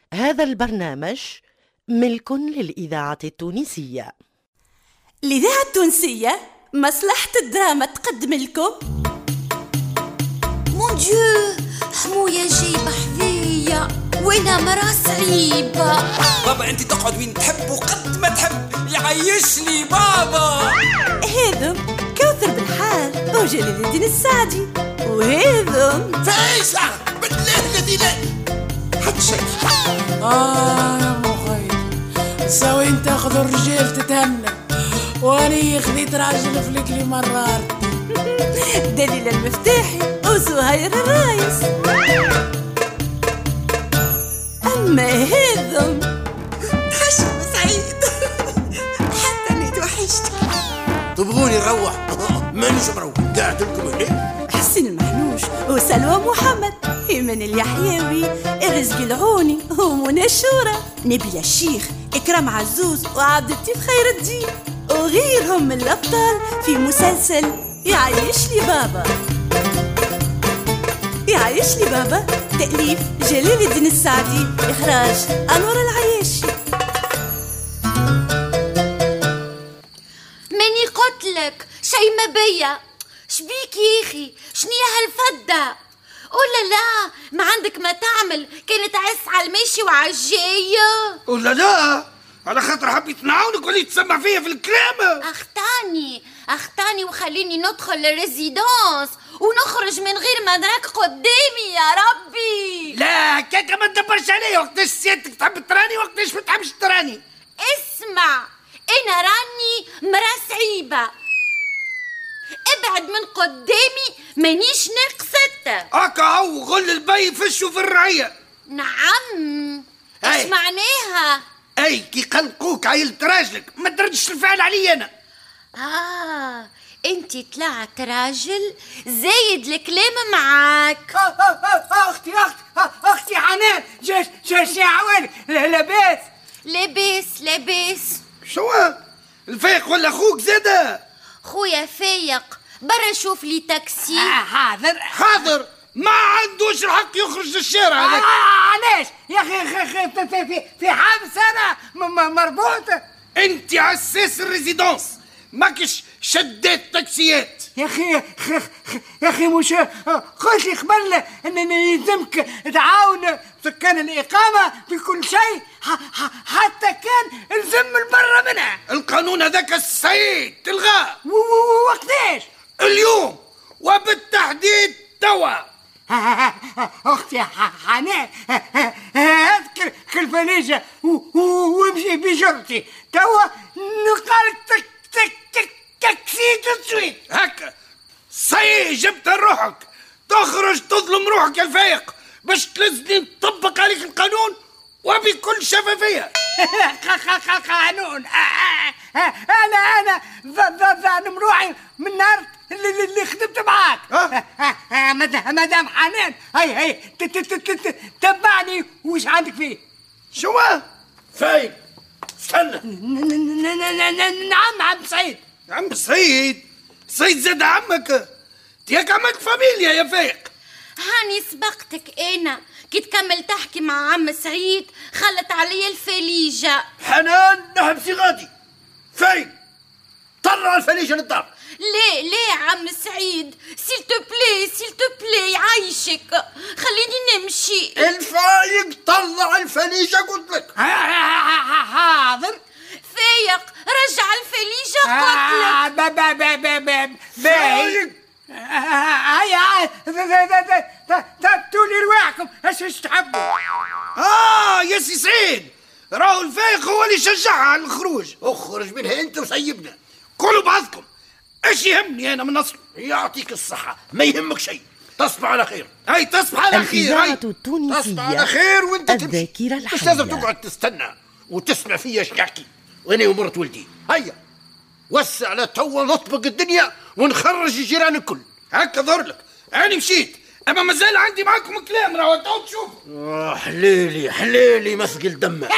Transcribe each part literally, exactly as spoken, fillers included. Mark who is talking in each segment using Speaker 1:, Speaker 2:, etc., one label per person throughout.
Speaker 1: هذا البرنامج ملك للإذاعة التونسية.
Speaker 2: الإذاعة التونسية مصلحة الدراما تقدم لكم
Speaker 3: مون ديو حموية جايبة حذية وانا مرا صعيبة.
Speaker 4: بابا انت تقعد وين تحب وقد ما تحب، يعيشني بابا.
Speaker 2: هذم كوثر بالحال وجلال الدين السعدي، وهذم
Speaker 5: فايسة بالله الذي لا حد شيء.
Speaker 6: آه يا مخي سوي انت تاخذ الرجال تتهنى واني خذيت راجل فلكلي مرار.
Speaker 2: دليل المفتاحي وزهير الرايس. أما هذم
Speaker 3: حشم سعيد حتى اني توحشت.
Speaker 5: تبغوني نروح؟ مانيش مروح، قاعد لكم هنا.
Speaker 2: حسين المحنوش وسلوى محمد، ايمن اليحيوي، الرزق العوني ومنى الشورى، نبيل الشيخ، اكرام عزوز وعبد اللطيف خير الدين وغيرهم من الابطال في مسلسل يعيش لي بابا. يعيش لي بابا تأليف جلال الدين السعدي، إخراج أنور العياشي.
Speaker 3: ماني قلتلك شي ما بيا. شبيك يا اخي؟ شنيا هالفدة؟ ولا لا ما عندك ما تعمل؟ كانت عس على الماشي وعالجاية.
Speaker 5: ولا لا على خاطر حبيت نعاونك ولا تسمع فيا في الكلام.
Speaker 3: اختاني اختاني وخليني ندخل الريزيدونس ونخرج من غير ما نراك قدامي يا ربي.
Speaker 5: لا كاكا ما تدبرش عليا، وقتاش سيادتك تحب تراني وقتاش ما تحبش تراني.
Speaker 3: اسمع، انا راني مرا صعيبة، ابعد من قدامي مانيش ناقصت.
Speaker 5: هكا هو غل البي فشوا في الرعية.
Speaker 3: نعم ايش معناها؟
Speaker 5: اي كي قلقوك عيلت راجلك ما تردش الفعل علي انا.
Speaker 3: اه انتي طلعت راجل زايد الكلام معاك.
Speaker 6: اختي اختي اختي حنان جاش جاش عوالك لاباس
Speaker 3: لاباس لاباس.
Speaker 5: شو الفايق ولا اخوك زاده؟
Speaker 3: خويا فايق برا شوف لي تاكسي.
Speaker 6: آه حاضر
Speaker 5: حاضر، ما عندوش الحق يخرج للشارع هذاك.
Speaker 6: آه علاش يا اخي في في حبس انا مربوطه.
Speaker 5: انت عساس الريزيدونس ماكش شدات تاكسيات
Speaker 6: يا اخي يا اخي مش قلت لي قبل انني يلزمك تعاون سكان الاقامه في كل شيء حتى كان الزم البر منها.
Speaker 5: القانون هذاك السيد تلغاه.
Speaker 6: وقتاش؟
Speaker 5: اليوم وبالتحديد توا.
Speaker 6: اختي حنان اذكر الفليجه وامشي بجرتي توا نقالك تك تك تك تاكسي تسويت
Speaker 5: هكا صي جبت روحك تخرج تظلم روحك يا الفايق باش تلزني نطبق عليك القانون وبكل شفافية.
Speaker 6: قانون انا انا ظالم روحي من نهار اللي, اللي خدمت معاك. مدام حنان هاي هاي تبعني وش عندك فيه؟
Speaker 5: شو فايق استنى.
Speaker 6: نعم عم سعيد.
Speaker 5: عم سعيد سعيد زاد عمك تياك عمك فاميليا يا فايق.
Speaker 3: هاني سبقتك انا كي تكمل تحكي مع عم سعيد خلت علي الفليجة.
Speaker 5: حنان نحبسي غادي فايق طلع الفليجة للدار.
Speaker 3: ليه ليه عم سعيد سيل تو بلي سيل تو بلي عايشك خليني نمشي.
Speaker 5: الفايق طلع الفليجة قلت لك.
Speaker 6: حاضر
Speaker 3: فايق رجع الفليجة قلت لك.
Speaker 6: فايق هيا تولي رواحكم اش تحبوا.
Speaker 5: اه يا سي سعيد راهو الفايق هو اللي شجعها على الخروج. اخرج منها انت وسيبنا كلوا بعضكم. ايش يهمني انا من نصر؟ يعطيك الصحة ما يهمك شيء. تصبح على خير. هاي تصبح على خير.
Speaker 1: الإذاعة التونسية
Speaker 5: تصبح على خير وانت
Speaker 1: الذاكرة الحية.
Speaker 5: مش لازم تقعد تستنى وتسمع فيا ايش نحكي وانا ومرت ولدي. هيا وسع على توا نطبق الدنيا ونخرج الجيران الكل. هكا ظهر لك انا مشيت اما مازال عندي معاكم كلام راهو تعود تشوف. آه حليلي حليلي مثقل دمك.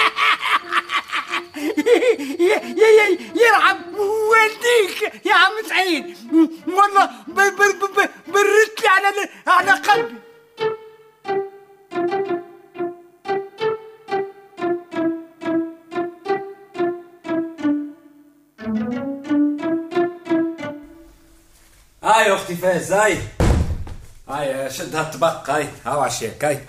Speaker 6: يرحم والديك يا عم سعيد والله بردت لي على على قلبي.
Speaker 7: اختي فاز. هاي هاي شد هالطبق. هاي هاو عشاك. هاي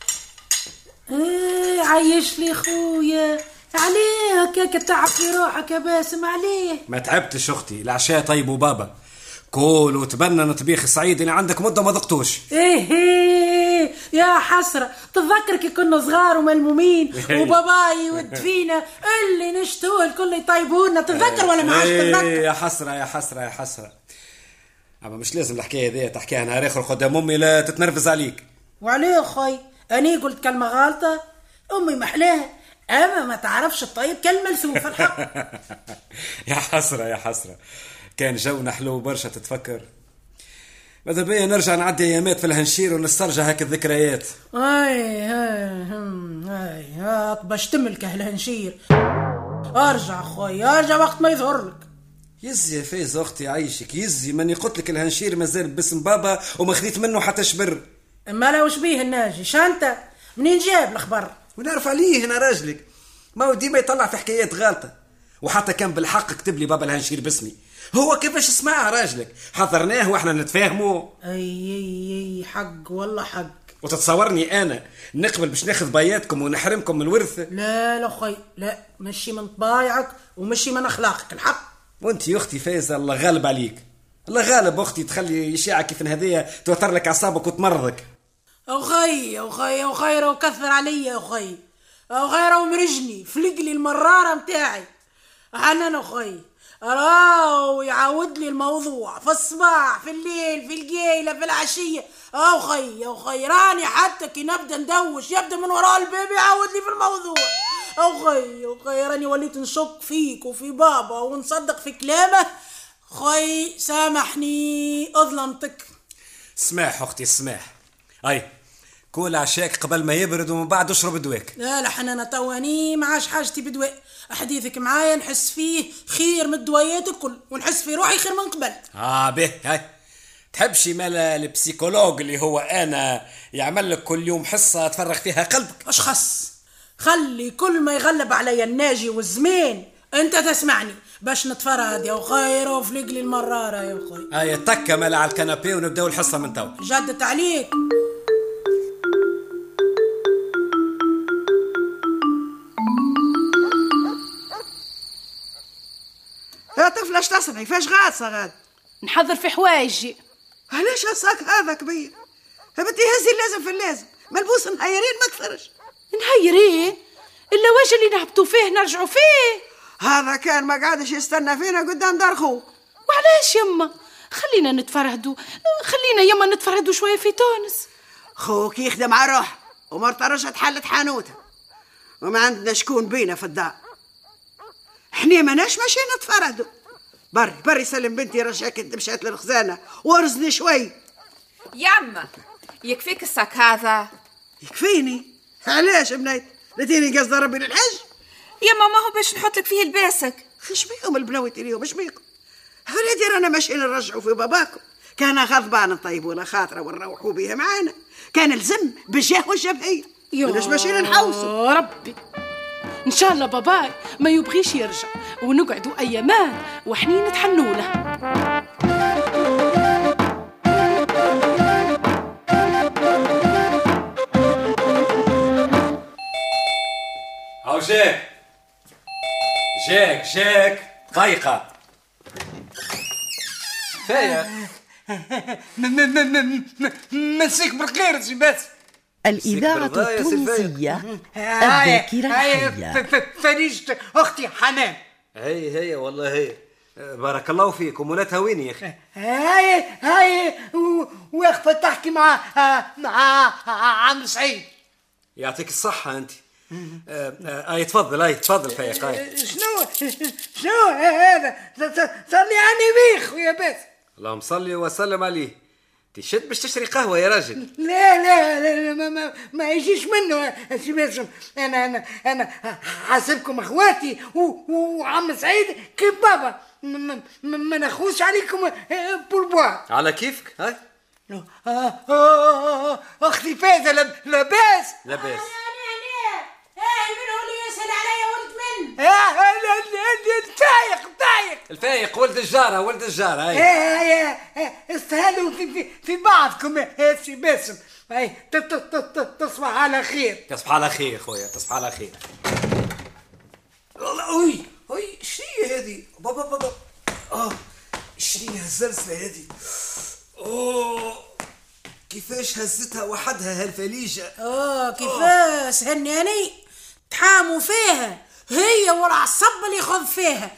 Speaker 8: ايه عايش لي خويا. عليه هكاك تعب في روحك يا باسم؟ عليه
Speaker 7: ما تعبتش اختي، العشاء طيب وبابا كول وتبنى طبيخ صعيدي اللي عندك مده ما ذقتوش.
Speaker 8: ايه ايه يا حسره، تتذكر كي كنا صغار وملمومين وباباي والدفينه اللي نشتوه الكل يطيبونا، تتذكر ولا ما عادش تتذكر؟
Speaker 7: يا حسره يا حسره يا حسره. اما مش لازم الحكايه دي تحكيها نهار اخر قدام امي لا تتنرفز عليك.
Speaker 8: وعليه اخوي اني قلت كلمه غلطه؟ امي محلاها اما ما تعرفش الطيب كلمه لسوفه الحق.
Speaker 7: يا حسره يا حسره، كان جونا حلو برشا. تتفكر ماذا بيا نرجع نعدي ايامات في الهنشير ونسترجع هاك الذكريات.
Speaker 8: اي هاي هاي هاك باش تملك الهنشير. ارجع خوي ارجع وقت ما يظهر لك.
Speaker 7: يزي يا فايز اختي عايشك يزي، ماني قلت لك الهنشير مازال باسم بابا وما خذيت منه حتى شبر.
Speaker 8: اما لو شبيه الناجي شانتا منين جاب الخبر؟
Speaker 7: ونعرف عليه هنا راجلك ما هو ديما يطلع في حكايات غلطه، وحتى كان بالحق كتب لي بابا الهنشير باسمي. هو كيفاش اسمعها راجلك؟ حضرناه واحنا نتفاهموا.
Speaker 8: اي اي اي حق والله حق.
Speaker 7: وتتصورني انا نقبل باش ناخذ بياتكم ونحرمكم من الورث؟
Speaker 8: لا لا خي لا، مشي من طبايعك ومشي من اخلاقك الحق.
Speaker 7: وانت يا اختي فايزه الله غالب عليك، الله غالب اختي تخلي اشاعه كيف هذيا توتر لك اعصابك وتمرضك.
Speaker 8: او خي او خي او خير وكثر عليا او خي او خير ومرجني فلق لي المراره متاعي. انا اخوي راهو يعاود لي الموضوع في الصباح في الليل في القيله في العشيه. او خي او خي راني حتى كي نبدا ندوش يبدا من وراء الباب يعاود لي في الموضوع. او خي او خي راني وليت نشك فيك وفي بابا ونصدق في كلامه. خي سامحني اظلمتك.
Speaker 7: سماح اختي سماح. اي كل عشاك قبل ما يبرد ومن بعد اشرب دواك.
Speaker 8: لا لا حنانه تواني ما عاش حاجتي بدواء. حديثك معايا نحس فيه خير من الدوايات الكل ونحس في روحي خير من قبل.
Speaker 7: اه به هاي تحبشي مالا البسيكولوج اللي هو انا يعمل لك كل يوم حصه تفرغ فيها قلبك؟
Speaker 8: اش خص خلي كل ما يغلب عليا الناجي والزمان انت تسمعني باش نتفرهد يا خير وفلق لي المراره يا خويا.
Speaker 7: هاي تكه مالا على الكنابي ونبداو الحصه من تو.
Speaker 8: جدت عليك.
Speaker 6: يا طفلة اش تصنعي؟ فاش غاصة غاد؟
Speaker 2: نحضر في حوايجي.
Speaker 6: علاش هالصاك هذا كبير؟ هبتي هزي اللازم في اللازم، ملبوس نهيرين ما كثرش.
Speaker 2: نهيرين؟ إلا وجه اللي نهبطوا فيه نرجعوا فيه.
Speaker 6: هذا كان ما قعدش يستنى فينا قدام دار خوه.
Speaker 2: وعلاش يما؟ خلينا نتفرهدوا، خلينا يما نتفرهدوا شوية في تونس.
Speaker 6: خوك يخدم على روحه ومرته رجعت حلت حانوتها وما عندنا شكون بينا في الدار. احنا ماناش ماشيين نتفرهدوا. بري بري سلم بنتي رجعك انت مشات للخزانه ورزني شوي.
Speaker 9: يما يكفيك الساك هذا؟
Speaker 6: يكفيني. علاش بنيت؟ لتيني قصد ربي للحج؟
Speaker 9: يما ما هو باش نحط لك فيه الباسك.
Speaker 6: خش بيهم البنوت اليوم اش بيكم؟ ولادي رانا ماشيين نرجعوا في باباكم. كان غضبان نطيبوا خاطره ونروحوا بيها معانا. كان الزم بالجاه والجبهيه. ماناش ماشيين نحوسوا.
Speaker 2: ربي ان شاء الله باباي ما يبغيش يرجع ونقعدوا ايامات وحنين نتحنوا له.
Speaker 7: هاو جاك جاك جاك دقيقة فايا
Speaker 6: مسيك بالخير سي بس.
Speaker 1: الإذاعة التونسية الذاكرة الحية.
Speaker 6: فريجة أختي حنان.
Speaker 7: هي هي والله هي بارك الله فيك. ومولاتها وين يا أخي؟
Speaker 6: هاي هاي واقفة تحكي مع مع عم سعيد.
Speaker 7: يعطيك الصحة أنت. اي تفضل اي تفضل فايق. اي
Speaker 6: شنو شنو هذا؟ صلي عني بيخ يا بس.
Speaker 7: اللهم صلي وسلم عليه. تشد باش تشتري قهوة يا راجل؟
Speaker 6: لا لا, لا ما, ما, ما يجيش منه سي باسم. انا انا انا حاسبكم اخواتي وعم سعيد كيف بابا. ما, ما نخوش عليكم بوربوا.
Speaker 7: على كيفك. هاي
Speaker 6: اختي فايزة لاباس
Speaker 7: لاباس.
Speaker 8: هاي من هو اللي يسأل عليا ولد من؟
Speaker 6: الفايق الفايق
Speaker 7: الفايق ولد الجارة ولد الجارة. هاي
Speaker 6: هاي استهلوا في في في بعضكم يا سي باسم. هاي تصبح على خير.
Speaker 7: تصبح على خير خويا تصبح على خير. والله اوي اوي شنو هذه بابا بابا اه شنو هالزلزلة هذه؟ اوه كيفاش هزتها وحدها هالفليجة.
Speaker 8: اه كيفاش هناني تحاموا فيها هي والعصب اللي يخذ فيها.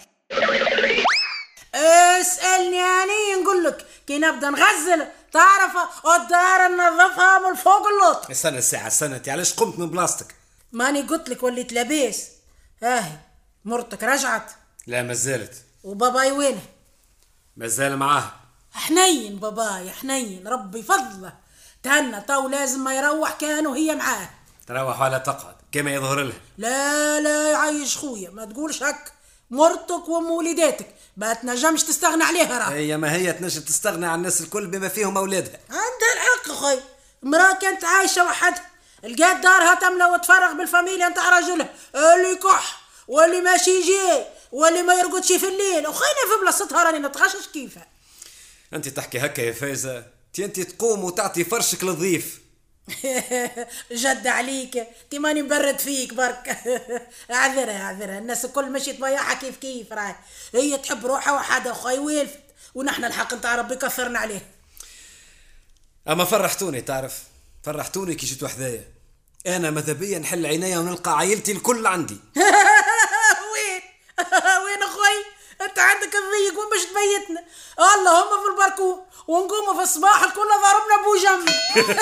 Speaker 8: اسألني اني نقول لك كي نبدا نغزل تعرف الدار ننظفها من فوق اللوط.
Speaker 7: استنى الساعة استنى انت علاش قمت من بلاصتك؟
Speaker 8: ماني قلت لك وليت لاباس. هاهي مرتك رجعت؟
Speaker 7: لا ما زالت.
Speaker 8: وباباي وينه؟
Speaker 7: ما زال معاه.
Speaker 8: حنين باباي حنين ربي فضله تهنى تو لازم ما يروح كان وهي معاه.
Speaker 7: تروح ولا تقعد كما يظهر لها.
Speaker 8: لا لا يعيش خويا ما تقولش هك مرتك وام وليداتك ما تنجمش تستغنى عليها راه.
Speaker 7: هي ما هي تنجم تستغنى عن الناس الكل بما فيهم اولادها.
Speaker 8: عندها الحق خويا مراه كانت عايشه وحدها لقات دارها تملى وتفرغ بالفاميليا نتاع راجلها اللي كح واللي ماشي جاي واللي ما يرقدش في الليل وخينا في بلاصتها راني نتغشش كيفها.
Speaker 7: انت تحكي هكا يا فايزه انت تقوم وتعطي فرشك للضيف.
Speaker 8: جد عليك تماني مبرد فيك برك. اعذرها اعذرها الناس الكل مشيت بياحة كيف كيف راي هي تحب روحها وحدها وخاي والفت ونحن الحق نتاع ربي كثرنا عليه.
Speaker 7: اما فرحتوني تعرف فرحتوني كي جيت وحدايا انا ماذا بيا نحل عينيا ونلقى عائلتي الكل عندي.
Speaker 8: وين وين اخوي انت عندك الضيق وين باش تبيتنا؟ اللهم في البركون ونقوموا في الصباح الكل ضربنا بوجم.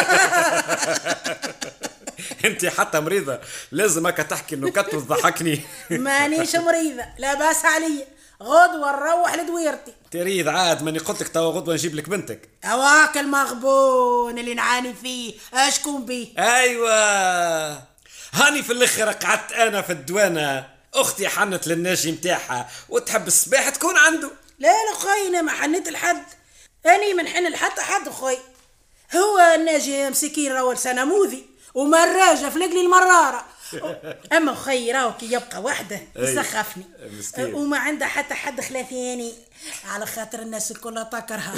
Speaker 7: انت حتى مريضه لازم هكا تحكي النكت وتضحكني.
Speaker 8: مانيش مريضه لا باس عليا غدوه نروح لدويرتي.
Speaker 7: تريد عاد ماني قلت لك توا غدوه نجيب لك بنتك.
Speaker 8: هواك المغبون اللي نعاني فيه اشكون بيه.
Speaker 7: ايوه هاني في الاخر قعدت انا في الدوانه اختي حنت للناجي متاعها وتحب الصباح تكون عنده.
Speaker 8: لا لا خويا ما حنيت لحد اني من حن لحتى حد خوي. هو الناجي مسكين راهو لسانه موذي ومراجه فلق لي المراره. اما خي راهو كي يبقى وحده يسخفني وما عنده حتى حد خلافياني على خاطر الناس الكل تكرها.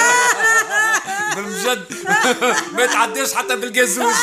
Speaker 7: بالجد ما تعديش حتى بالجازوز.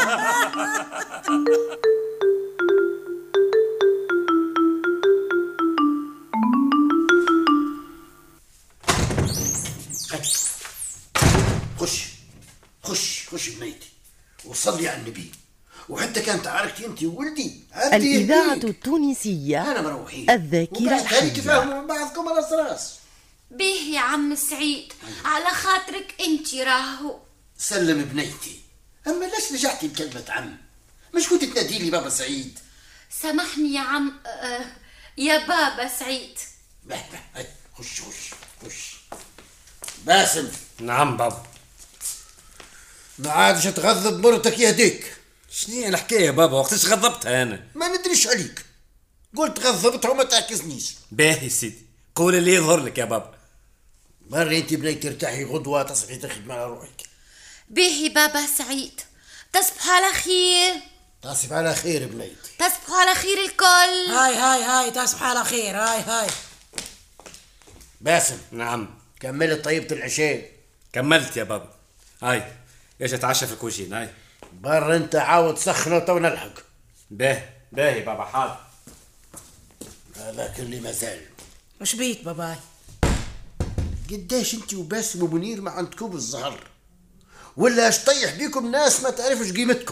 Speaker 5: خش خش خش بنيتي وصلي على النبي وحتى كانت عاركتي انت وولدي.
Speaker 1: الإذاعة التونسية
Speaker 5: انا مروحين
Speaker 1: الذاكرة الحية.
Speaker 5: تفاهموا من بعضكم راس راس.
Speaker 3: به يا عم سعيد على خاطرك انت راهو.
Speaker 5: سلم بنيتي اما ليش رجعتي بكلمة عم؟ مش كنت تنادي لي بابا سعيد؟
Speaker 3: سامحني يا عم آه يا بابا سعيد.
Speaker 5: به به خش خش خش. باسم.
Speaker 7: نعم بابا.
Speaker 5: ما عادش تغضب مرتك يهديك.
Speaker 7: شنو الحكايه بابا وقتاش غضبتها انا؟
Speaker 5: ما ندريش عليك قلت غضبتها وما تعكسنيش.
Speaker 7: باهي سيدي قول اللي يظهر لك يا بابا.
Speaker 5: مرة انت بنيتي ترتاحي غدوة تصبحي تخدم على روحك.
Speaker 3: باهي بابا سعيد تصبح على خير.
Speaker 5: تصبح على خير بنيتي.
Speaker 3: تصبح على خير الكل.
Speaker 8: هاي هاي هاي تصبح على خير. هاي هاي
Speaker 5: باسم.
Speaker 7: نعم.
Speaker 5: كملت طيبة العشاء؟
Speaker 7: كملت يا بابا. هاي ايش اتعشى في الكوجين. هاي
Speaker 5: بر انت عاود سخنه تو نلحق.
Speaker 7: باهي باهي بابا حاضر.
Speaker 5: هذاك اللي مازال.
Speaker 8: وش بيك باباي؟
Speaker 5: قداش انت وباسم ومنير ما عندكم الزهر ولا اش طيح بيكم ناس ما تعرفش قيمتكم.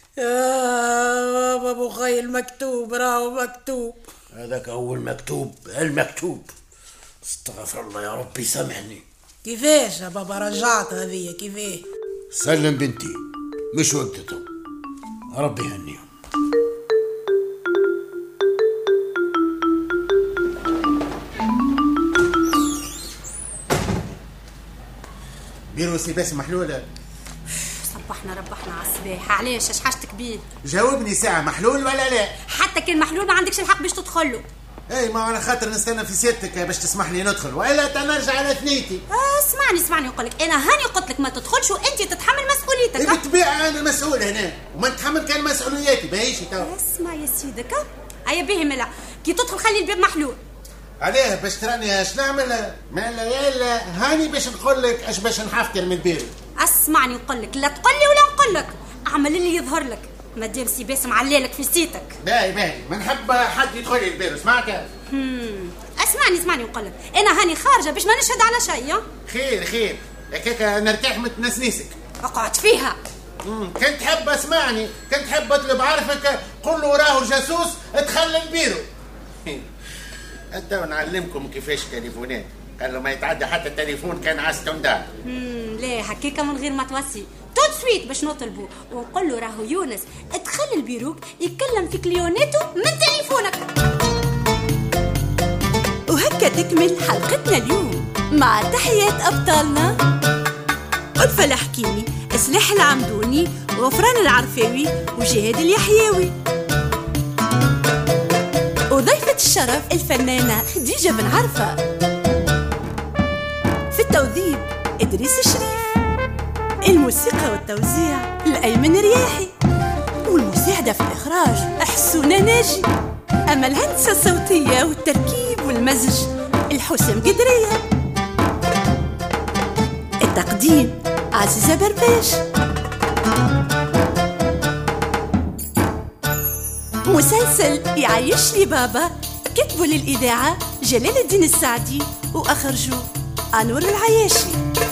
Speaker 8: يا بابا خي المكتوب راهو مكتوب.
Speaker 5: هذاك هو المكتوب المكتوب. استغفر الله يا ربي سامحني.
Speaker 8: كيفاش يا بابا رجعت هذه كيفاش؟
Speaker 5: سلم بنتي مش وقتته ربي يهنيهم. بيرو سي باسم محلولة.
Speaker 10: صبحنا ربحنا على الصباح. علاش اش حاجتك بيه؟
Speaker 11: جاوبني ساعة محلول ولا لا؟
Speaker 10: حتى كان محلول ما عندكش الحق باش تدخله.
Speaker 11: اي ما على خاطر نستنى في سيادتك باش تسمح لي ندخل والا تنرجع على ثنيتي.
Speaker 10: آه اسمعني اسمعني نقول لك انا هاني قلت لك ما تدخلش وانت تتحمل مسؤوليتك.
Speaker 11: بالطبيعه انا مسؤول هنا وما نتحمل كان مسؤولياتي باهيش تو.
Speaker 10: اسمع يا سيدك ايا به ملا كي تدخل خلي الباب محلول.
Speaker 11: عليه باش تراني اش نعمل؟ ما لا يلا هاني باش نقول لك اش باش نحفكر من البيرو.
Speaker 10: اسمعني نقول لك، لا تقول لي ولا نقول لك، اعمل اللي يظهر لك، ما دام سي باسم علالك في سيتك.
Speaker 11: باهي باهي، ما نحب حد يدخل لي البيرو، سمعت؟
Speaker 10: امم اسمعني اسمعني نقول لك، انا هاني خارجه باش ما نشهد على شيء.
Speaker 11: خير خير، هكاك نرتاح من تنسنيسك.
Speaker 10: اقعد فيها.
Speaker 11: امم كنت حب اسمعني، كنت حب اطلب عارفك، قل له راهو جاسوس ادخل البيرو. انت ونعلمكم كيفاش تليفونات، قال له ما يتعدى حتى التليفون كان عستون دار.
Speaker 10: امم لا هكاك من غير ما توصي، توت سويت باش نطلبه ونقول له راهو يونس ادخل البيروك يتكلم في كليوناتو من تليفونك.
Speaker 2: وهكا تكمل حلقتنا اليوم مع تحيات ابطالنا ألفة الحكيمي، إصلاح العمدوني، غفران العرفاوي، وجهاد اليحيوي. وضيفة الشرف الفنانة خديجة بن عرفة. في التوظيف إدريس الشريف. الموسيقى والتوزيع الأيمن رياحي. والمساعدة في الإخراج حسونة ناجي. أما الهندسة الصوتية والتركيب والمزج الحسام قدرية. التقديم عزيزة برباش. مسلسل يعيش لي بابا كتبوا للإذاعة جلال الدين السعدي وأخرجوا أنور العياشي.